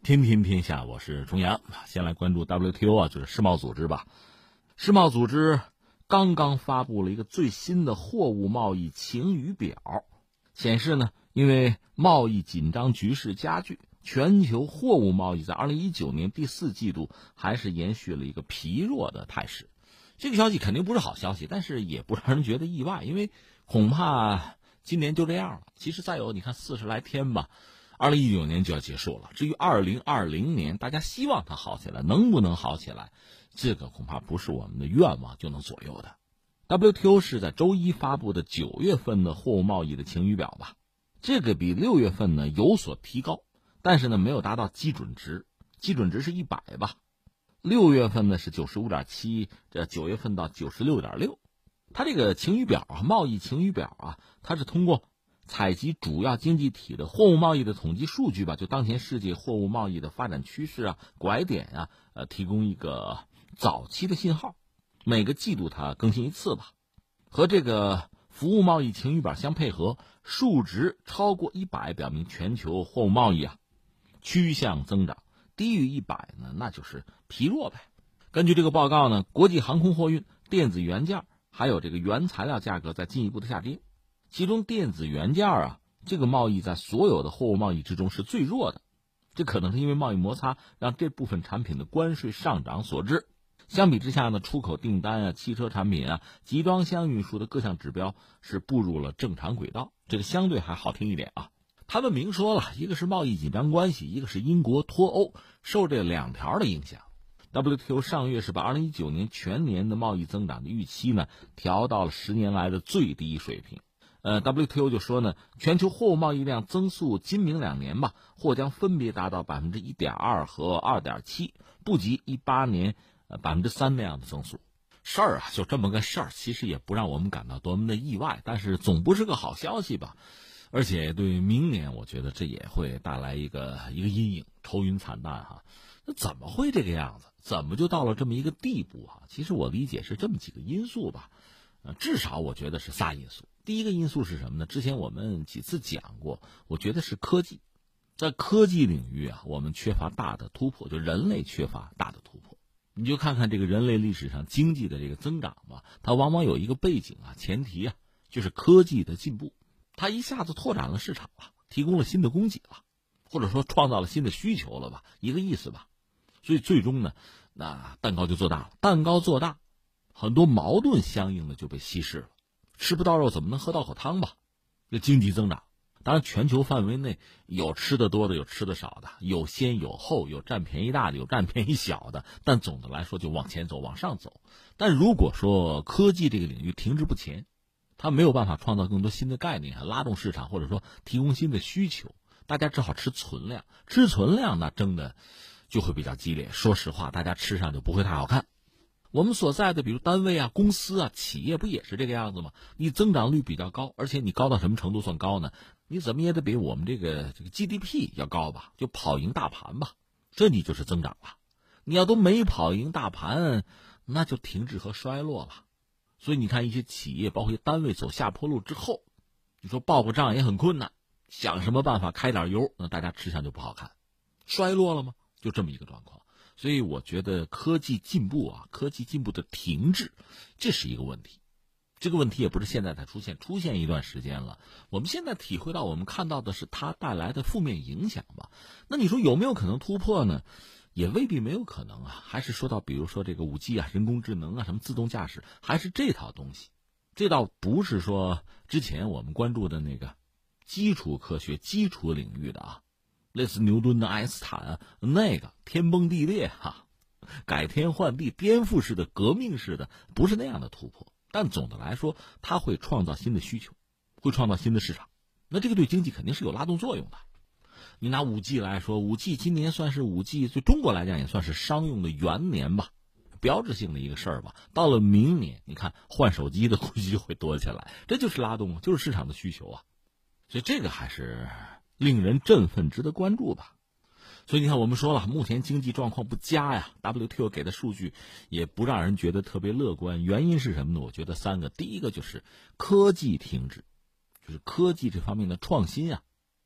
天天天下，我是重阳。先来关注 WTO 啊，就是世贸组织吧。世贸组织刚刚发布了一个最新的货物贸易晴雨表，显示呢，因为贸易紧张局势加剧，全球货物贸易在2019年第4季度还是延续了一个疲弱的态势。这个消息肯定不是好消息，但是也不让人觉得意外，因为恐怕今年就这样了。其实再有你看40来天吧，2019年就要结束了。至于2020年，大家希望它好起来，能不能好起来，这个恐怕不是我们的愿望就能左右的。WTO 是在周一发布的9月份的货物贸易的晴雨表吧，这个比6月份呢有所提高，但是呢没有达到基准值，基准值是100吧。6月份呢是 95.7， 这9月份到 96.6。 它这个晴雨表啊，贸易晴雨表啊，它是通过采集主要经济体的货物贸易的统计数据吧，就当前世界货物贸易的发展趋势啊、拐点啊，提供一个早期的信号。每个季度它更新一次吧，和这个服务贸易晴雨表相配合，数值超过100，表明全球货物贸易啊趋向增长，低于100呢，那就是疲弱呗。根据这个报告呢，国际航空货运、电子元件还有这个原材料价格在进一步的下跌。其中电子元件啊，这个贸易在所有的货物贸易之中是最弱的，这可能是因为贸易摩擦让这部分产品的关税上涨所致。相比之下呢，出口订单啊、汽车产品啊、集装箱运输的各项指标是步入了正常轨道，这个相对还好听一点啊。他们明说了，一个是贸易紧张关系，一个是英国脱欧，受这2条的影响。WTO 上月是把2019年全年的贸易增长的预期呢调到了10年来的最低水平。WTO 就说呢，全球货物贸易量增速今明2年吧，或将分别达到 1.2% 和 2.7%， 不及18年3%那样的增速。事儿啊，就这么个事儿，其实也不让我们感到多么的意外，但是总不是个好消息吧。而且对明年，我觉得这也会带来一个阴影，愁云惨淡哈。那怎么会这个样子？怎么就到了这么一个地步啊？其实我理解是这么几个因素吧，至少我觉得是仨因素。第一个因素是什么呢？之前我们几次讲过，我觉得是科技。在科技领域啊，我们缺乏大的突破，就人类缺乏大的突破。你就看看这个人类历史上经济的这个增长吧，它往往有一个背景啊，前提啊，就是科技的进步。它一下子拓展了市场了，提供了新的供给了，或者说创造了新的需求了吧，一个意思吧。所以最终呢，那蛋糕就做大了，蛋糕做大，很多矛盾相应的就被稀释了。吃不到肉怎么能喝到口汤吧？这经济增长，当然全球范围内有吃的多的，有吃的少的，有先有后，有占便宜大的，有占便宜小的，但总的来说就往前走，往上走。但如果说科技这个领域停滞不前，它没有办法创造更多新的概念，拉动市场，或者说提供新的需求，大家只好吃存量，吃存量那争的就会比较激烈。说实话，大家吃上就不会太好看。我们所在的比如单位啊、公司啊、企业不也是这个样子吗？你增长率比较高，而且你高到什么程度算高呢？你怎么也得比我们这个 GDP 要高吧，就跑赢大盘吧，这你就是增长了。你要都没跑赢大盘，那就停滞和衰落了。所以你看一些企业包括一些单位走下坡路之后，你说报个账也很困难，想什么办法开点油，那大家吃相就不好看，衰落了吗？就这么一个状况。所以我觉得科技进步啊，科技进步的停滞，这是一个问题。这个问题也不是现在才出现一段时间了。我们现在体会到，我们看到的是它带来的负面影响吧。那你说有没有可能突破呢？也未必没有可能啊。还是说到比如说这个5G 啊、人工智能啊、什么自动驾驶，还是这套东西。这倒不是说之前我们关注的那个基础科学、基础领域的啊。类似牛顿的爱因斯坦啊，那个天崩地裂哈，改天换地、颠覆式的、革命式的，不是那样的突破。但总的来说，它会创造新的需求，会创造新的市场。那这个对经济肯定是有拉动作用的。你拿5G 来说，5G 今年算是5G 对中国来讲也算是商用的元年吧，标志性的一个事儿吧。到了明年，你看换手机的估计就会多起来，这就是拉动，就是市场的需求啊。所以这个还是令人振奋，值得关注吧。所以你看，我们说了，目前经济状况不佳呀 ，WTO 给的数据也不让人觉得特别乐观。原因是什么呢？我觉得3个，第一个就是科技停滞，就是科技这方面的创新啊，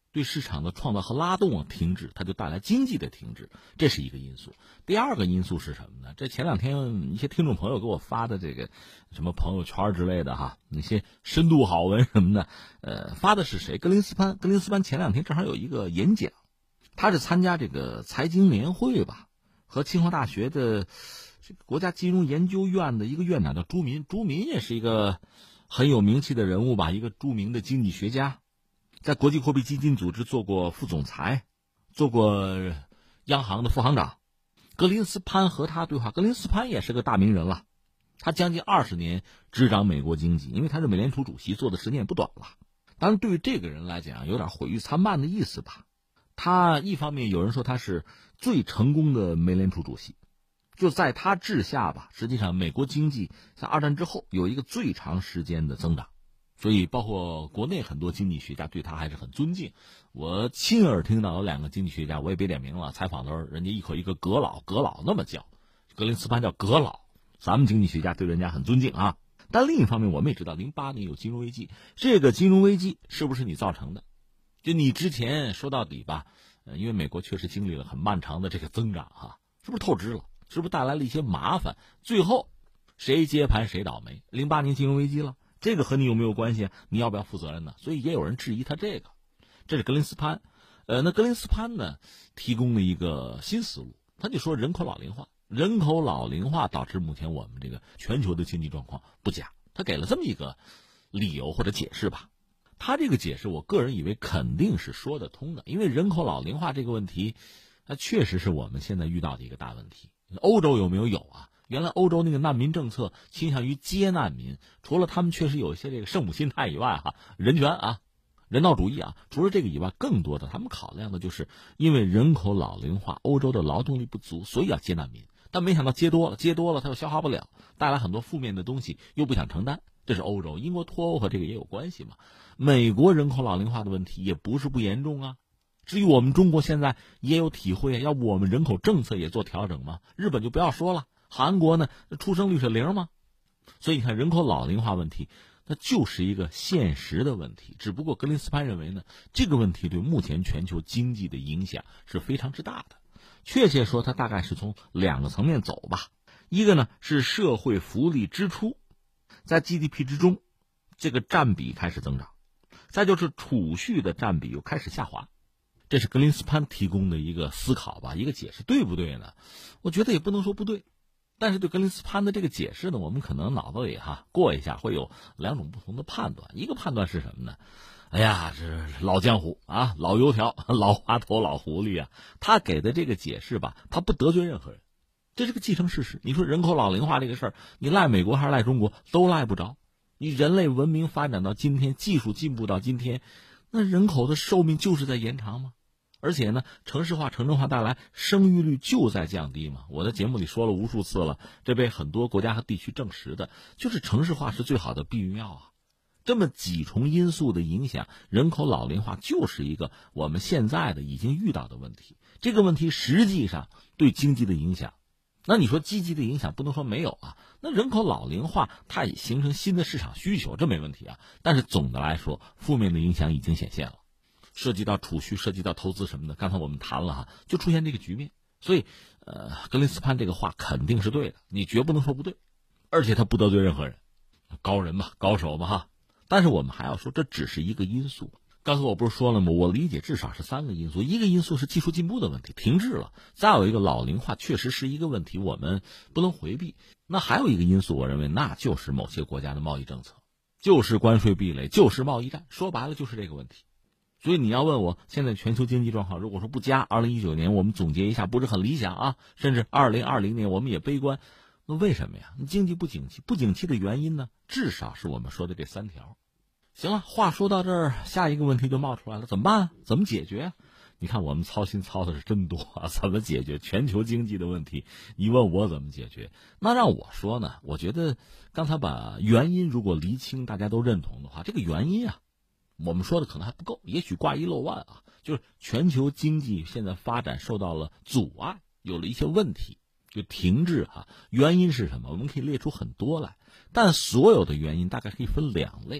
对市场的创造和拉动停滞，它就带来经济的停滞，这是一个因素。第二个因素是什么呢？这前两天一些听众朋友给我发的这个什么朋友圈之类的哈，那些深度好文什么的，发的是谁？格林斯潘。格林斯潘前两天正好有一个演讲，他是参加这个财经年会吧，和清华大学的这个国家金融研究院的一个院长叫朱民。朱民也是一个很有名气的人物吧，一个著名的经济学家。在国际货币基金组织做过副总裁，做过央行的副行长。格林斯潘和他对话，格林斯潘也是个大名人了，他将近20年执掌美国经济，因为他是美联储主席，做的时间也不短了。当然对于这个人来讲有点毁誉参半的意思吧。他一方面有人说他是最成功的美联储主席，就在他治下吧，实际上美国经济在二战之后有一个最长时间的增长，所以包括国内很多经济学家对他还是很尊敬。我亲耳听到有2个经济学家，我也别点名了，采访的时候人家一口一个格老那么叫，格林斯潘叫格老，咱们经济学家对人家很尊敬啊。但另一方面我们也知道08年有金融危机，这个金融危机是不是你造成的？就你之前说到底吧，因为美国确实经历了很漫长的这个增长哈，是不是透支了？是不是带来了一些麻烦？最后谁接盘谁倒霉？08年金融危机了，这个和你有没有关系？你要不要负责任呢？所以也有人质疑他这个。这是格林斯潘。那格林斯潘呢提供了一个新思路，他就说人口老龄化，人口老龄化导致目前我们这个全球的经济状况不佳。他给了这么一个理由或者解释吧。他这个解释我个人以为肯定是说得通的，因为人口老龄化这个问题它确实是我们现在遇到的一个大问题。欧洲有没有啊？原来欧洲那个难民政策倾向于接难民，除了他们确实有一些这个圣母心态以外哈，人权啊，人道主义啊，除了这个以外，更多的他们考量的就是因为人口老龄化，欧洲的劳动力不足，所以要接难民。但没想到接多了他又消化不了，带来很多负面的东西，又不想承担。这是欧洲，英国脱欧和这个也有关系嘛。美国人口老龄化的问题也不是不严重啊。至于我们中国现在也有体会啊，要不我们人口政策也做调整吗？日本就不要说了，韩国呢出生率是0吗？所以你看人口老龄化问题那就是一个现实的问题，只不过格林斯潘认为呢，这个问题对目前全球经济的影响是非常之大的。确切说它大概是从2个层面走吧。一个呢是社会福利支出在 GDP 之中这个占比开始增长，再就是储蓄的占比又开始下滑。这是格林斯潘提供的一个思考吧，一个解释，对不对呢？我觉得也不能说不对，但是对格林斯潘的这个解释呢，我们可能脑子里过一下会有2种不同的判断。一个判断是什么呢？哎呀，这老江湖啊，老油条，老滑头，老狐狸啊，他给的这个解释吧，他不得罪任何人，这是个既成事实。你说人口老龄化这个事儿，你赖美国还是赖中国，都赖不着。你人类文明发展到今天，技术进步到今天，那人口的寿命就是在延长吗？而且呢，城市化、城镇化带来生育率就在降低嘛。我在节目里说了无数次了，这被很多国家和地区证实的，就是城市化是最好的避孕药啊。这么几重因素的影响，人口老龄化就是一个我们现在的已经遇到的问题。这个问题实际上对经济的影响，那你说积极的影响不能说没有啊。那人口老龄化它也形成新的市场需求，这没问题啊。但是总的来说，负面的影响已经显现了。涉及到储蓄，涉及到投资什么的，刚才我们谈了就出现这个局面。所以格林斯潘这个话肯定是对的，你绝不能说不对，而且他不得罪任何人，高人嘛，高手嘛但是我们还要说，这只是一个因素。刚才我不是说了吗？我理解至少是3个因素。一个因素是技术进步的问题，停滞了；再有一个老龄化确实是一个问题，我们不能回避。那还有一个因素，我认为那就是某些国家的贸易政策，就是关税壁垒，就是贸易战，说白了就是这个问题。所以你要问我现在全球经济状况，如果说不佳，2019年我们总结一下不是很理想啊，甚至2020年我们也悲观，那为什么呀？经济不景气，不景气的原因呢，至少是我们说的这3条。行了，话说到这儿，下一个问题就冒出来了，怎么办啊？怎么解决啊？你看我们操心操的是真多啊，怎么解决全球经济的问题？你问我怎么解决？那让我说呢，我觉得刚才把原因如果厘清，大家都认同的话，这个原因我们说的可能还不够，也许挂一漏万就是全球经济现在发展受到了阻碍，有了一些问题，就停滞原因是什么？我们可以列出很多来，但所有的原因大概可以分2类。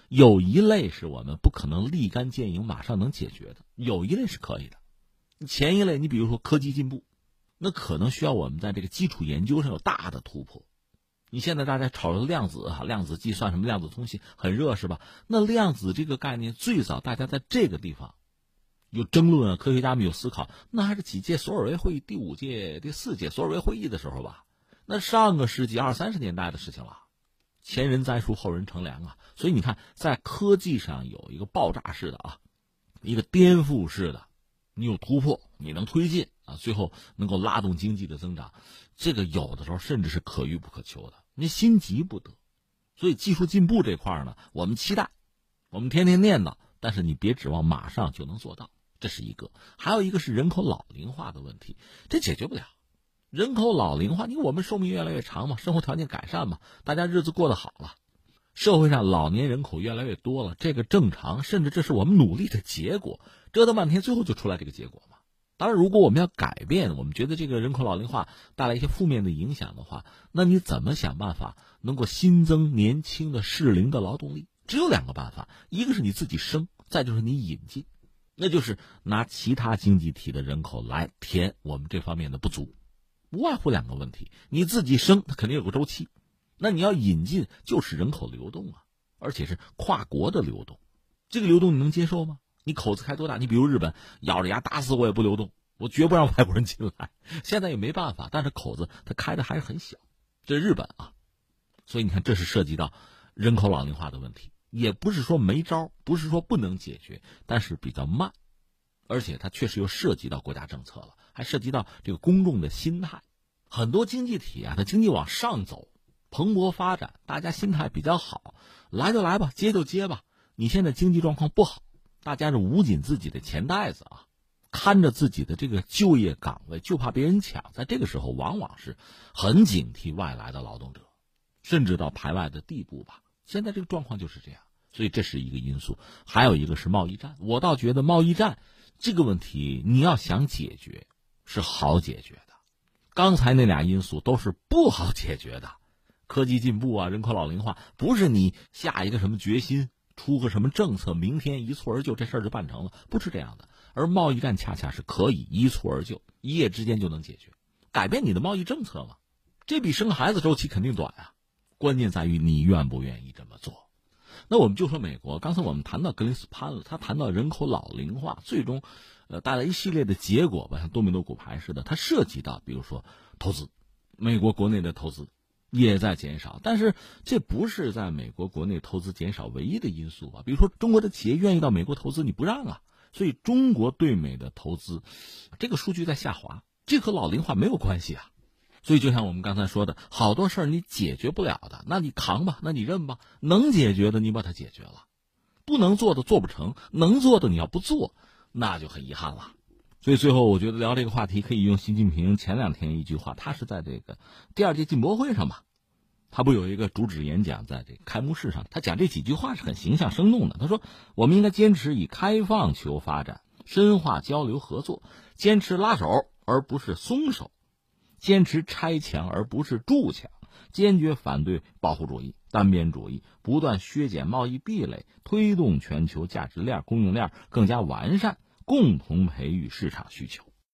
有一类是我们不可能立竿见影马上能解决的，有一类是可以的。前一类你比如说科技进步，那可能需要我们在这个基础研究上有大的突破。你现在大家吵着量子量子计算什么量子通信很热是吧？那量子这个概念最早大家在这个地方有争论科学家们有思考，那还是几届索尔维会议第5届第4届索尔维会议的时候吧，那上个世纪20、30年代的事情了。前人栽树后人乘凉啊，所以你看在科技上有一个爆炸式的一个颠覆式的，你有突破你能推进最后能够拉动经济的增长，这个有的时候甚至是可遇不可求的，你心急不得。所以技术进步这块呢，我们期待，我们天天念叨，但是你别指望马上就能做到，这是一个。还有一个是人口老龄化的问题，这解决不了。人口老龄化，因为我们寿命越来越长嘛，生活条件改善嘛，大家日子过得好了，社会上老年人口越来越多了，这个正常，甚至这是我们努力的结果。折腾半天最后就出来这个结果嘛。当然如果我们要改变，我们觉得这个人口老龄化带来一些负面的影响的话，那你怎么想办法能够新增年轻的适龄的劳动力？只有2个办法，一个是你自己生，再就是你引进，那就是拿其他经济体的人口来填我们这方面的不足。无外乎2个问题，你自己生它肯定有个周期，那你要引进就是人口流动而且是跨国的流动。这个流动你能接受吗？你口子开多大？你比如日本咬着牙打死我也不流动，我绝不让外国人进来，现在也没办法，但是口子它开的还是很小，这是日本所以你看这是涉及到人口老龄化的问题，也不是说没招，不是说不能解决，但是比较慢，而且它确实又涉及到国家政策了，还涉及到这个公众的心态。很多经济体它经济往上走，蓬勃发展，大家心态比较好，来就来吧，接就接吧。你现在经济状况不好，大家是捂紧自己的钱袋子看着自己的这个就业岗位，就怕别人抢，在这个时候往往是很警惕外来的劳动者，甚至到排外的地步吧。现在这个状况就是这样，所以这是一个因素。还有一个是贸易战，我倒觉得贸易战这个问题你要想解决是好解决的，刚才那俩因素都是不好解决的。科技进步人口老龄化，不是你下一个什么决心出个什么政策明天一蹴而就这事儿就办成了，不是这样的。而贸易战恰恰是可以一蹴而就，一夜之间就能解决，改变你的贸易政策嘛。这比生孩子周期肯定短关键在于你愿不愿意这么做。那我们就说美国，刚才我们谈到格林斯潘了，他谈到人口老龄化最终带来一系列的结果吧，像多米诺骨牌似的，它涉及到比如说投资，美国国内的投资也在减少，但是这不是在美国国内投资减少唯一的因素比如说中国的企业愿意到美国投资你不让所以中国对美的投资这个数据在下滑，这和老龄化没有关系所以就像我们刚才说的，好多事儿你解决不了的，那你扛吧，那你认吧，能解决的你把它解决了，不能做的做不成，能做的你要不做，那就很遗憾了。所以最后我觉得聊这个话题可以用习近平前2天一句话，他是在这个第2届进博会上吧，他不有一个主旨演讲，在这个开幕式上，他讲这几句话是很形象生动的。他说我们应该坚持以开放求发展，深化交流合作，坚持拉手而不是松手，坚持拆墙而不是筑墙，坚决反对保护主义、单边主义，不断削减贸易壁垒，推动全球价值链、供应链更加完善，共同培育市场需求。